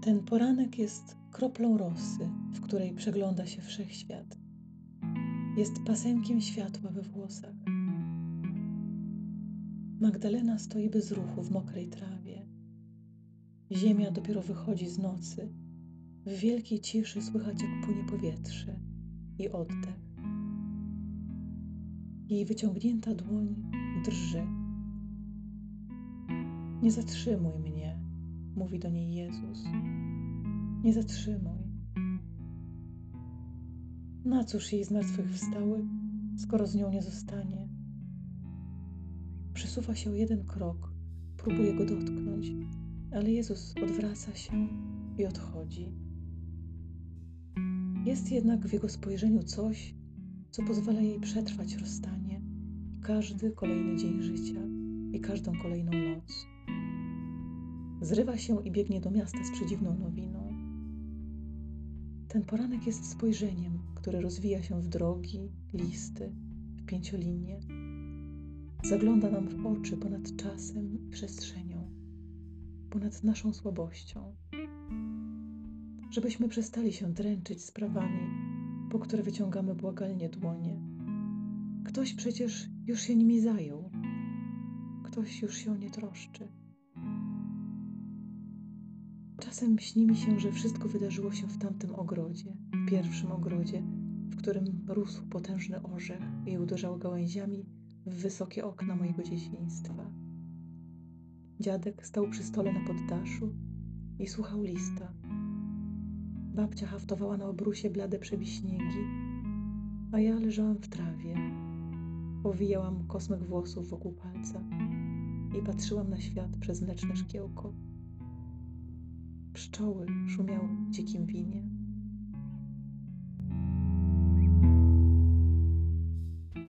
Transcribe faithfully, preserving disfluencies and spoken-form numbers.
Ten poranek jest kroplą rosy, w której przegląda się wszechświat. Jest pasemkiem światła we włosach. Magdalena stoi bez ruchu w mokrej trawie. Ziemia dopiero wychodzi z nocy. W wielkiej ciszy słychać, jak płynie powietrze i oddech. Jej wyciągnięta dłoń drży. Nie zatrzymuj mnie, mówi do niej Jezus. Nie zatrzymuj. Na cóż jej zmartwychwstały, skoro z nią nie zostanie? Przesuwa się o jeden krok, próbuje go dotknąć, ale Jezus odwraca się i odchodzi. Jest jednak w jego spojrzeniu coś, co pozwala jej przetrwać rozstanie i każdy kolejny dzień życia i każdą kolejną noc. Zrywa się i biegnie do miasta z przedziwną nowiną. Ten poranek jest spojrzeniem, które rozwija się w drogi, listy, w pięciolinie. Zagląda nam w oczy ponad czasem i przestrzenią, ponad naszą słabością. Żebyśmy przestali się dręczyć sprawami, po które wyciągamy błagalnie dłonie. Ktoś przecież już się nimi zajął. Ktoś już się nie troszczy. Czasem śni mi się, że wszystko wydarzyło się w tamtym ogrodzie, w pierwszym ogrodzie, w którym rósł potężny orzech i uderzał gałęziami w wysokie okna mojego dzieciństwa. Dziadek stał przy stole na poddaszu i słuchał lista. Babcia haftowała na obrusie blade przebiśniegi, a ja leżałam w trawie. Owijałam kosmyk włosów wokół palca i patrzyłam na świat przez mleczne szkiełko. Pszczoły szumiały w dzikim winie.